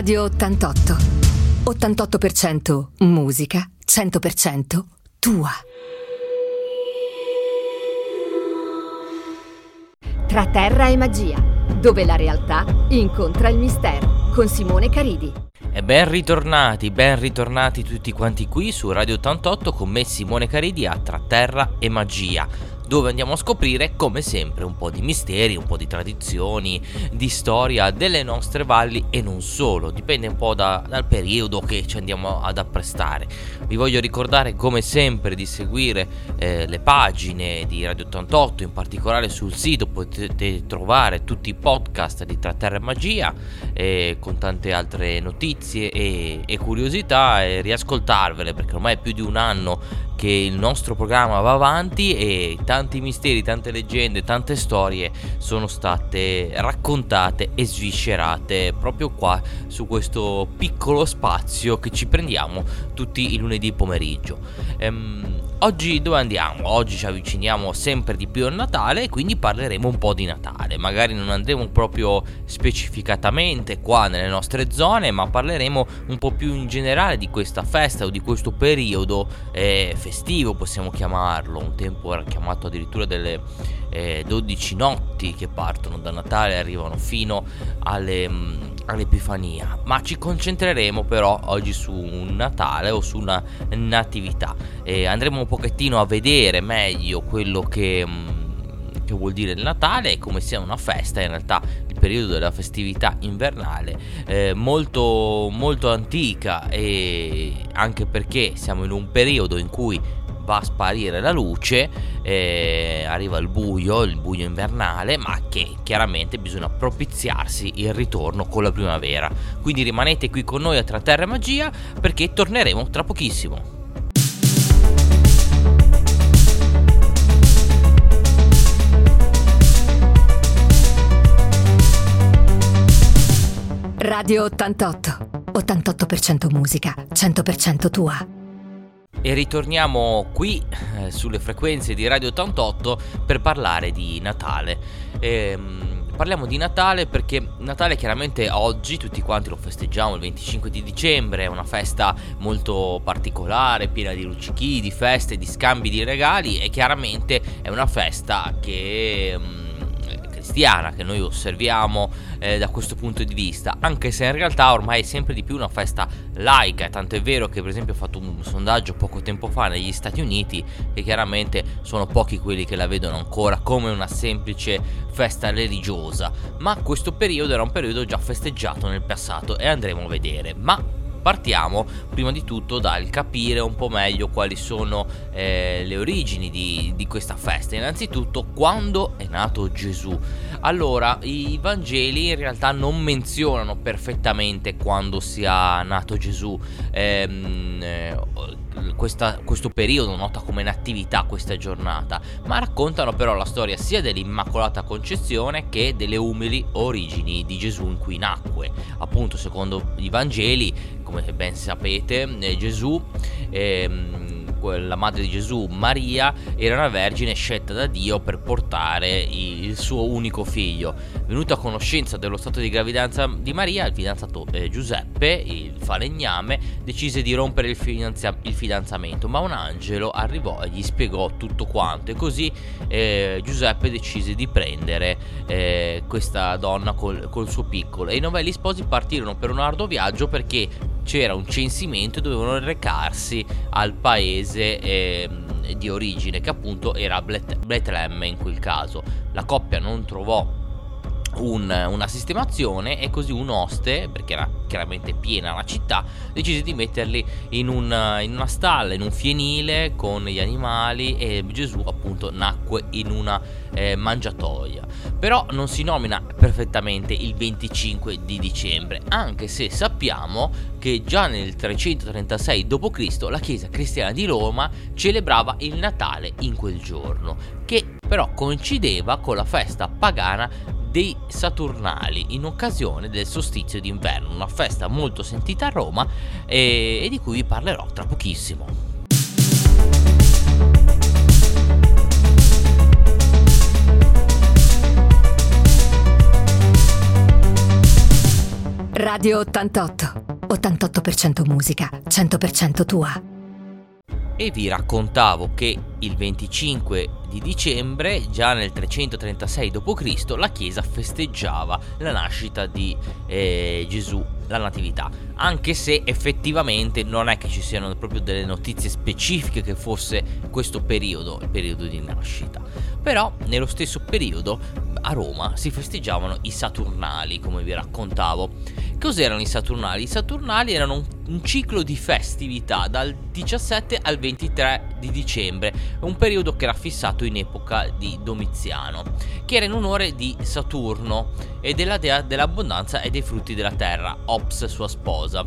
Radio 88. 88% musica, 100% tua. Tra terra e magia, dove la realtà incontra il mistero, con Simone Caridi. E ben ritornati tutti quanti qui su Radio 88 con me Simone Caridi a Tra terra e magia, dove andiamo a scoprire come sempre un po' di misteri, un po' di tradizioni, di storia delle nostre valli e non solo, dipende un po' dal periodo che ci andiamo ad apprestare. Vi voglio ricordare come sempre di seguire le pagine di Radio 88, in particolare sul sito potete trovare tutti i podcast di Tra terra e magia con tante altre notizie e curiosità, e riascoltarvele perché ormai è più di un anno che il nostro programma va avanti e tanti misteri, tante leggende, tante storie sono state raccontate e sviscerate proprio qua su questo piccolo spazio che ci prendiamo tutti i lunedì pomeriggio. Oggi dove andiamo? Oggi ci avviciniamo sempre di più al Natale e quindi parleremo un po' di Natale. Magari non andremo proprio specificatamente qua nelle nostre zone, ma parleremo un po' più in generale di questa festa o di questo periodo festivo, possiamo chiamarlo. Un tempo era chiamato addirittura delle 12 notti che partono da Natale e arrivano fino all'Epifania. Ma ci concentreremo però oggi su un Natale o su una natività e andremo un pochettino a vedere meglio quello che vuol dire il Natale e come sia una festa, in realtà il periodo della festività invernale molto molto antica, e anche perché siamo in un periodo in cui va a sparire la luce, arriva il buio invernale, ma che chiaramente bisogna propiziarsi il ritorno con la primavera. Quindi rimanete qui con noi a Tra terra e magia perché torneremo tra pochissimo. Radio 88. 88% musica, 100% tua. E ritorniamo qui sulle frequenze di Radio 88 per parlare di Natale. Parliamo di Natale perché Natale chiaramente oggi tutti quanti lo festeggiamo il 25 di dicembre, è una festa molto particolare, piena di luccichini, di feste, di scambi di regali, e chiaramente è una festa che cristiana, che noi osserviamo da questo punto di vista, anche se in realtà ormai è sempre di più una festa laica. Tanto è vero che per esempio ho fatto un sondaggio poco tempo fa negli Stati Uniti e chiaramente sono pochi quelli che la vedono ancora come una semplice festa religiosa, ma questo periodo era un periodo già festeggiato nel passato e andremo a vedere. Ma partiamo prima di tutto dal capire un po' meglio quali sono le origini di questa festa. Innanzitutto, quando è nato Gesù? Allora, i Vangeli in realtà non menzionano perfettamente quando sia nato Gesù. Questo periodo nota come natività, questa giornata, ma raccontano però la storia sia dell'Immacolata Concezione che delle umili origini di Gesù in cui nacque. Appunto, secondo i Vangeli, come ben sapete, Gesù, la madre di Gesù, Maria, era una vergine scelta da Dio per portare il suo unico figlio. Venuto a conoscenza dello stato di gravidanza di Maria, il fidanzato Giuseppe, il falegname, decise di rompere il fidanzamento, ma un angelo arrivò e gli spiegò tutto quanto, e così Giuseppe decise di prendere questa donna col suo piccolo, e i novelli sposi partirono per un arduo viaggio perché c'era un censimento e dovevano recarsi al paese di origine, che appunto era Betlemme in quel caso. La coppia non trovò una sistemazione e così un oste, perché era chiaramente piena la città, decise di metterli in una stalla, in un fienile con gli animali, e Gesù appunto nacque in una mangiatoia. Però non si nomina perfettamente il 25 di dicembre, anche se sappiamo che già nel 336 d.C. la Chiesa cristiana di Roma celebrava il Natale in quel giorno, che però coincideva con la festa pagana dei Saturnali, in occasione del solstizio d'inverno, una festa molto sentita a Roma e di cui vi parlerò tra pochissimo. Radio 88. 88% musica, 100% tua. E vi raccontavo che il 25 di dicembre, già nel 336 d.C., la Chiesa festeggiava la nascita di Gesù, la Natività, anche se effettivamente non è che ci siano proprio delle notizie specifiche che fosse questo periodo, il periodo di nascita. Però nello stesso periodo a Roma si festeggiavano i Saturnali, come vi raccontavo. Cos'erano i Saturnali? I Saturnali erano un ciclo di festività dal 17 al 23 di dicembre, un periodo che era fissato in epoca di Domiziano, che era in onore di Saturno e della dea dell'abbondanza e dei frutti della terra, Ops, sua sposa.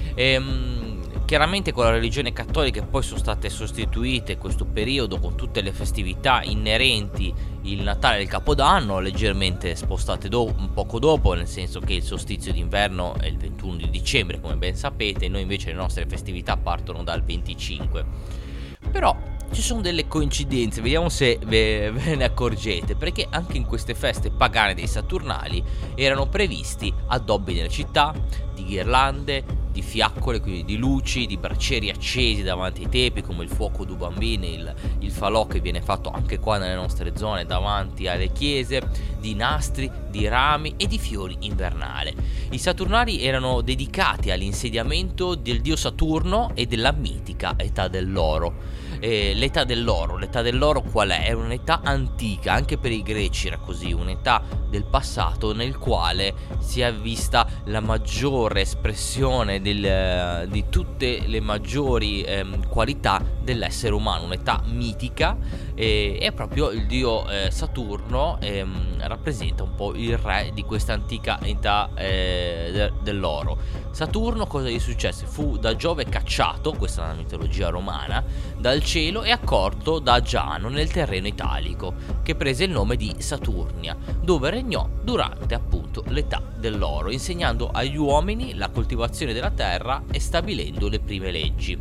Chiaramente con la religione cattolica poi sono state sostituite questo periodo con tutte le festività inerenti il Natale e il Capodanno, leggermente spostate un poco dopo, nel senso che il solstizio d'inverno è il 21 di dicembre, come ben sapete, noi invece le nostre festività partono dal 25. Però ci sono delle coincidenze, vediamo se ve ne accorgete, perché anche in queste feste pagane dei Saturnali erano previsti addobbi nelle città, di ghirlande, di fiaccole, quindi di luci, di braccieri accesi davanti ai tepi, come il fuoco du bambini, il falò che viene fatto anche qua nelle nostre zone davanti alle chiese, di nastri, di rami e di fiori invernali. I Saturnali erano dedicati all'insediamento del dio Saturno e della mitica età dell'oro. L'età dell'oro qual è? È un'età antica, anche per i greci era così, un'età del passato nel quale si è vista la maggiore espressione di tutte le maggiori qualità dell'essere umano, un'età mitica, e proprio il dio Saturno rappresenta un po' il re di questa antica età dell'oro. Saturno, cosa gli successe? Fu da Giove cacciato, questa è la mitologia romana, dal cielo e accolto da Giano nel terreno italico, che prese il nome di Saturnia, dove regnò durante appunto l'età dell'oro, insegnando agli uomini la coltivazione della terra e stabilendo le prime leggi.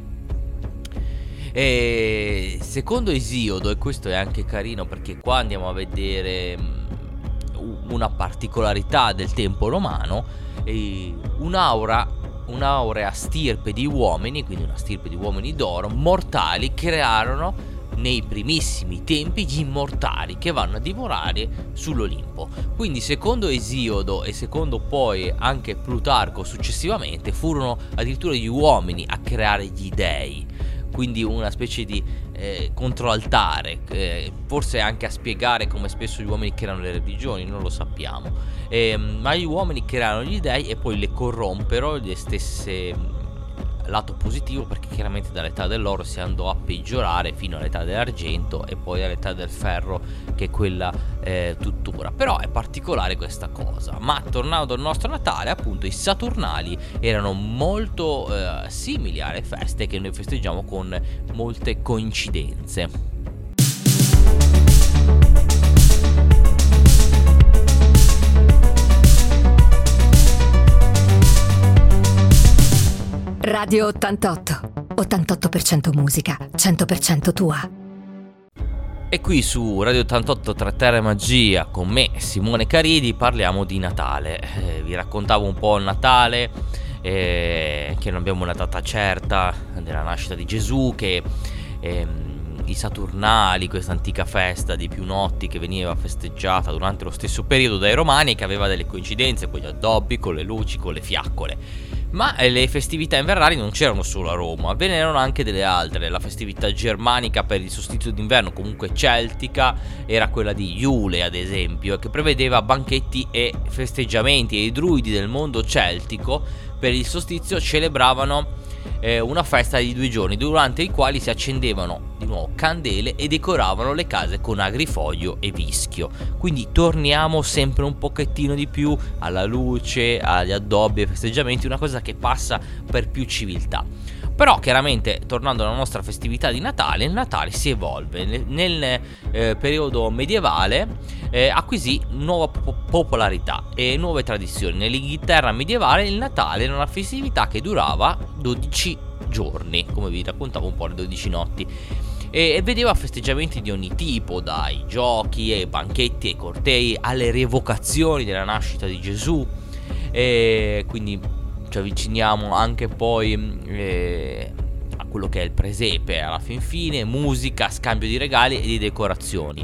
E secondo Esiodo, e questo è anche carino perché qua andiamo a vedere una particolarità del tempo romano, un'aurea stirpe di uomini, quindi una stirpe di uomini d'oro mortali, crearono nei primissimi tempi gli immortali che vanno a divorare sull'Olimpo. Quindi secondo Esiodo e secondo poi anche Plutarco successivamente furono addirittura gli uomini a creare gli dei, quindi una specie di controaltare, forse anche a spiegare come spesso gli uomini creano le religioni, non lo sappiamo, ma gli uomini creano gli dei e poi le corrompero, le stesse lato positivo, perché chiaramente dall'età dell'oro si andò a peggiorare fino all'età dell'argento e poi all'età del ferro, che è quella tuttora. Però è particolare questa cosa. Ma tornando al nostro Natale, appunto i Saturnali erano molto simili alle feste che noi festeggiamo con molte coincidenze. Radio 88. 88% musica, 100% tua. E qui su Radio 88 tra terra e magia, con me Simone Caridi, parliamo di Natale. Vi raccontavo un po' il Natale, che non abbiamo una data certa della nascita di Gesù, che i Saturnali, questa antica festa di più notti che veniva festeggiata durante lo stesso periodo dai Romani, che aveva delle coincidenze con gli addobbi, con le luci, con le fiaccole. Ma le festività invernali non c'erano solo a Roma, ve n'erano anche delle altre. La festività germanica per il solstizio d'inverno, comunque celtica, era quella di Iule ad esempio, che prevedeva banchetti e festeggiamenti, e i druidi del mondo celtico per il solstizio celebravano una festa di 2 giorni, durante i quali si accendevano di nuovo candele e decoravano le case con agrifoglio e vischio. Quindi torniamo sempre un pochettino di più alla luce, agli addobbi e festeggiamenti, una cosa che passa per più civiltà. Però chiaramente, tornando alla nostra festività di Natale, il Natale si evolve. Nel periodo medievale acquisì nuova popolarità e nuove tradizioni. Nell'Inghilterra medievale il Natale era una festività che durava 12 giorni, come vi raccontavo un po', le 12 notti, e vedeva festeggiamenti di ogni tipo, dai giochi ai banchetti ai cortei alle rievocazioni della nascita di Gesù. e quindi ci avviciniamo anche poi a quello che è il presepe alla fin fine, musica, scambio di regali e di decorazioni.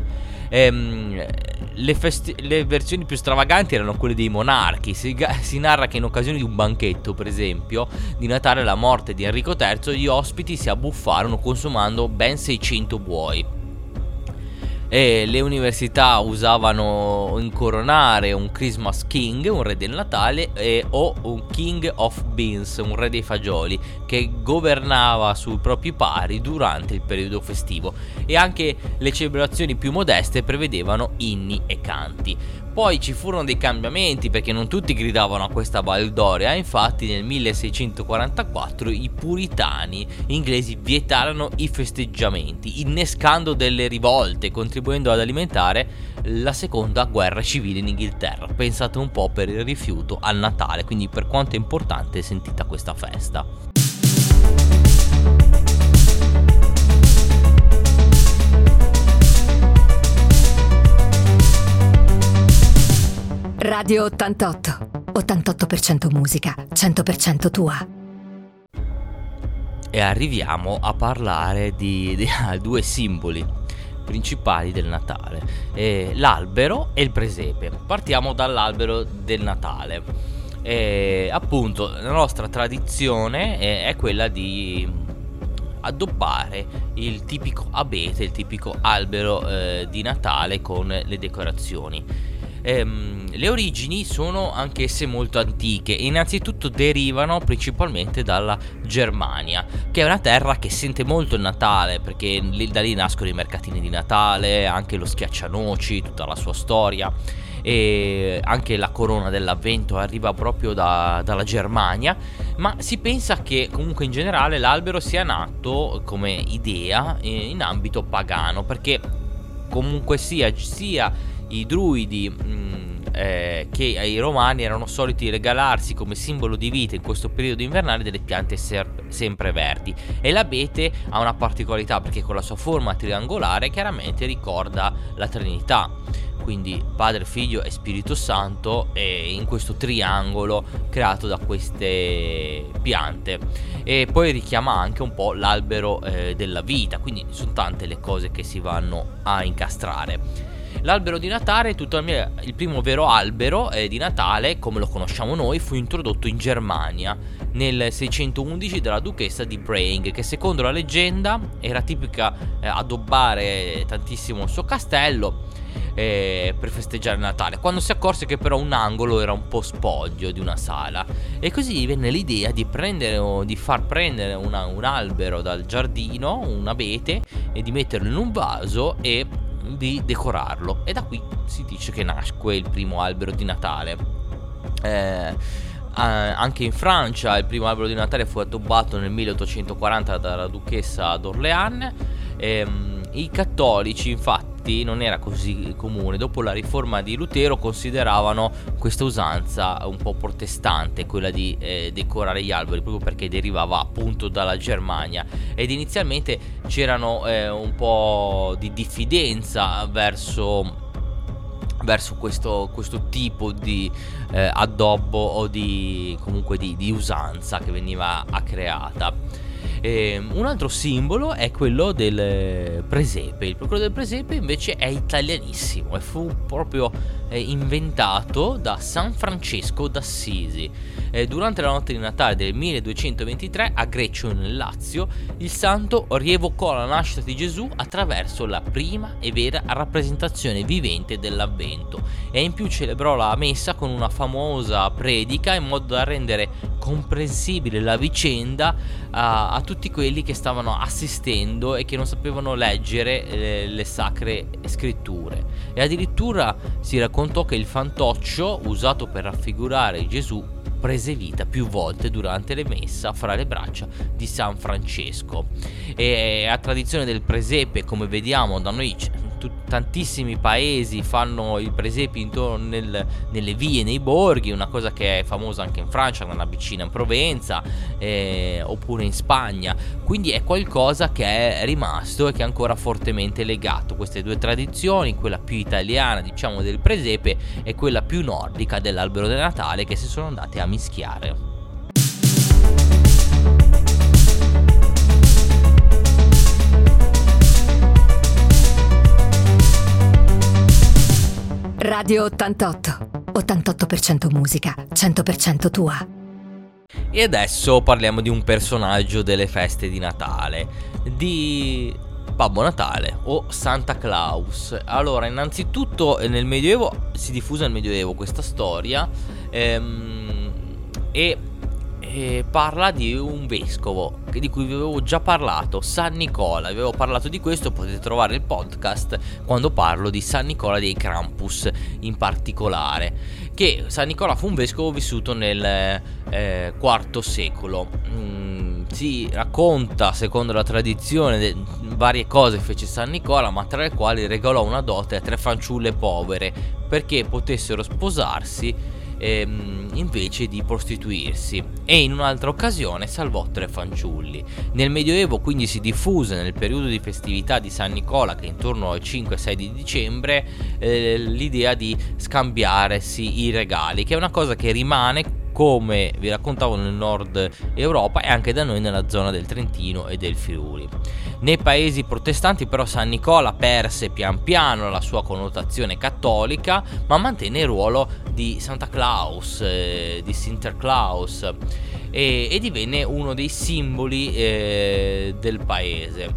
Le versioni più stravaganti erano quelle dei monarchi. Si narra che in occasione di un banchetto, per esempio, di Natale, la morte di Enrico III, gli ospiti si abbuffarono consumando ben 600 buoi. E le università usavano incoronare un Christmas King, un re del Natale, o un King of Beans, un re dei fagioli, che governava sui propri pari durante il periodo festivo. E anche le celebrazioni più modeste prevedevano inni e canti. Poi ci furono dei cambiamenti, perché non tutti gridavano a questa baldoria. Infatti nel 1644 i puritani inglesi vietarono i festeggiamenti, innescando delle rivolte, contribuendo ad alimentare la seconda guerra civile in Inghilterra. Pensate un po' per il rifiuto al Natale, quindi per quanto è importante sentita questa festa. Radio 88. 88% musica, 100% tua. E arriviamo a parlare di due simboli principali del Natale, l'albero e il presepe. Partiamo dall'albero del Natale. Appunto, la nostra tradizione è quella di addobbare il tipico abete, il tipico albero di Natale con le decorazioni. Le origini sono anch'esse molto antiche. Innanzitutto derivano principalmente dalla Germania, che è una terra che sente molto il Natale, perché da lì nascono i mercatini di Natale, anche lo schiaccianoci, tutta la sua storia, e anche la corona dell'avvento arriva proprio dalla Germania. Ma si pensa che comunque in generale l'albero sia nato come idea in ambito pagano, perché comunque sia i druidi che i romani erano soliti regalarsi come simbolo di vita in questo periodo invernale delle piante sempreverdi, e l'abete ha una particolarità, perché con la sua forma triangolare chiaramente ricorda la Trinità, quindi Padre, Figlio e Spirito Santo, in questo triangolo creato da queste piante. E poi richiama anche un po' l'albero della vita, quindi sono tante le cose che si vanno a incastrare. L'albero di Natale, il primo vero albero di Natale, come lo conosciamo noi, fu introdotto in Germania nel 611 dalla duchessa di Breying, che secondo la leggenda era tipica addobbare tantissimo il suo castello per festeggiare Natale, quando si accorse che però un angolo era un po' spoglio di una sala, e così venne l'idea di far prendere un albero dal giardino, un abete, e di metterlo in un vaso e di decorarlo, e da qui si dice che nacque il primo albero di Natale. Anche in Francia il primo albero di Natale fu addobbato nel 1840 dalla duchessa d'Orléans. I cattolici infatti non era così comune. Dopo la riforma di Lutero consideravano questa usanza un po' protestante, quella di decorare gli alberi, proprio perché derivava appunto dalla Germania, ed inizialmente c'erano un po' di diffidenza verso questo tipo di addobbo o comunque di usanza che veniva creata. Un altro simbolo è quello del presepe. Quello del presepe invece è italianissimo e fu proprio inventato da San Francesco d'Assisi. Durante la notte di Natale del 1223 a Greccio nel Lazio, il santo rievocò la nascita di Gesù attraverso la prima e vera rappresentazione vivente dell'Avvento, e in più celebrò la messa con una famosa predica in modo da rendere comprensibile la vicenda a tutti quelli che stavano assistendo e che non sapevano leggere le sacre scritture. E addirittura si raccontò che il fantoccio usato per raffigurare Gesù prese vita più volte durante le messe fra le braccia di San Francesco. E a tradizione del presepe, come vediamo da noi, tantissimi paesi fanno il presepe intorno nelle vie, nei borghi, una cosa che è famosa anche in Francia, nella vicina in Provenza, oppure in Spagna. Quindi è qualcosa che è rimasto e che è ancora fortemente legato, queste due tradizioni, quella più italiana diciamo del presepe e quella più nordica dell'albero di Natale, che si sono andate a mischiare. Radio 88. 88% musica, 100% tua. E adesso parliamo di un personaggio delle feste di Natale, di Babbo Natale o Santa Claus. Allora, innanzitutto nel Medioevo si diffuse nel Medioevo questa storia e parla di un vescovo di cui vi avevo già parlato, San Nicola. Vi avevo parlato di questo, potete trovare il podcast quando parlo di San Nicola dei Krampus in particolare, che San Nicola fu un vescovo vissuto nel IV secolo. Si racconta, secondo la tradizione, varie cose fece San Nicola, ma tra le quali regalò una dote a 3 fanciulle povere perché potessero sposarsi invece di prostituirsi, e in un'altra occasione salvò 3 fanciulli. Nel Medioevo quindi si diffuse, nel periodo di festività di San Nicola, che è intorno al 5-6 di dicembre, l'idea di scambiarsi i regali, che è una cosa che rimane, come vi raccontavo, nel nord Europa e anche da noi nella zona del Trentino e del Friuli. Nei paesi protestanti però San Nicola perse pian piano la sua connotazione cattolica, ma mantenne il ruolo di Santa Claus, di Sinterklaas, e divenne uno dei simboli del paese.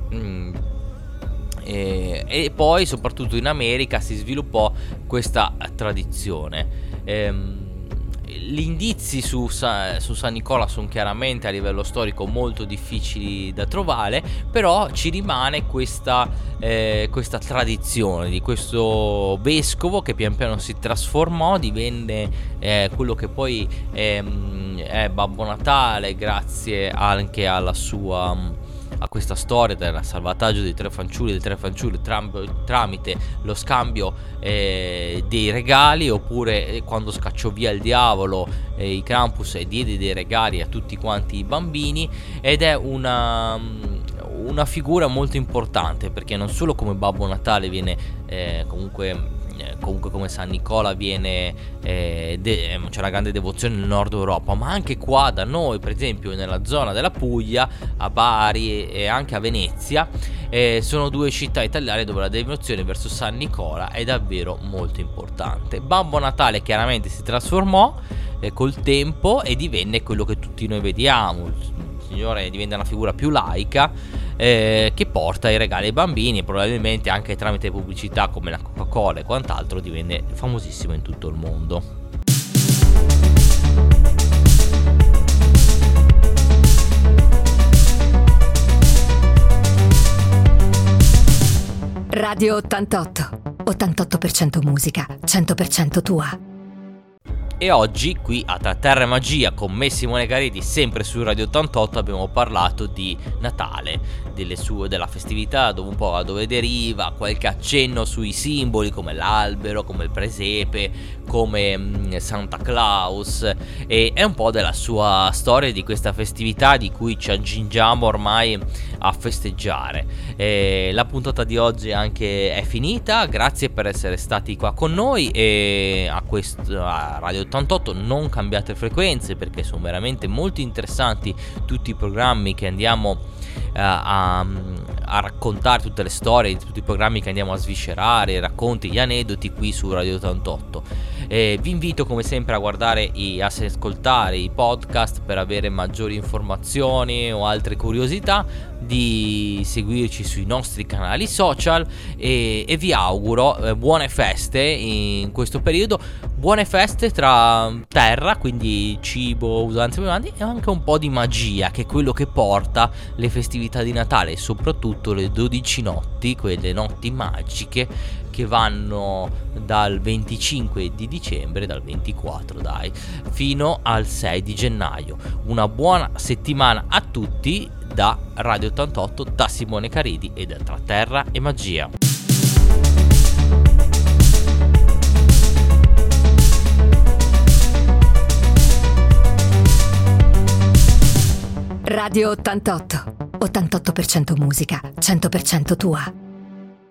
E poi soprattutto in America si sviluppò questa tradizione. Gli indizi su San Nicola sono chiaramente a livello storico molto difficili da trovare, però ci rimane questa tradizione di questo vescovo che pian piano si trasformò, divenne quello che poi è Babbo Natale, grazie anche alla sua a questa storia del salvataggio dei 3 fanciulli tramite lo scambio dei regali, oppure quando scacciò via il diavolo i Krampus e diede dei regali a tutti quanti i bambini. Ed è una figura molto importante, perché non solo come Babbo Natale viene comunque come San Nicola viene c'è una grande devozione nel nord Europa, ma anche qua da noi, per esempio nella zona della Puglia, a Bari e anche a Venezia, sono 2 città italiane dove la devozione verso San Nicola è davvero molto importante. Babbo Natale chiaramente si trasformò col tempo e divenne quello che tutti noi vediamo. Il Signore diventa una figura più laica, che porta i regali ai bambini, e probabilmente anche tramite pubblicità come la Coca-Cola e quant'altro divenne famosissimo in tutto il mondo. Radio 88. 88% musica, 100% tua. E oggi qui a Tra Terra e Magia con me, Simone Caridi, sempre su Radio 88, abbiamo parlato di Natale, della festività, dove deriva, qualche accenno sui simboli come l'albero, come il presepe, come Santa Claus, e è un po' della sua storia, di questa festività di cui ci accingiamo ormai a festeggiare. La puntata di oggi anche è finita, grazie per essere stati qua con noi, e a Radio 88 non cambiate frequenze, perché sono veramente molto interessanti tutti i programmi che andiamo a raccontare, tutte le storie di tutti i programmi che andiamo a sviscerare, i racconti, gli aneddoti qui su Radio 88. Vi invito come sempre a guardare a ascoltare i podcast per avere maggiori informazioni o altre curiosità, di seguirci sui nostri canali social, e vi auguro buone feste in questo periodo, buone feste tra terra, quindi cibo, usanze, bevande, e anche un po' di magia, che è quello che porta le festività di Natale, e soprattutto le 12 notti, quelle notti magiche che vanno dal 25 di dicembre, dal 24 fino al 6 di gennaio. Una buona settimana a tutti da Radio 88, da Simone Caridi e da Tra Terra e Magia. Radio 88. 88% musica, 100% tua.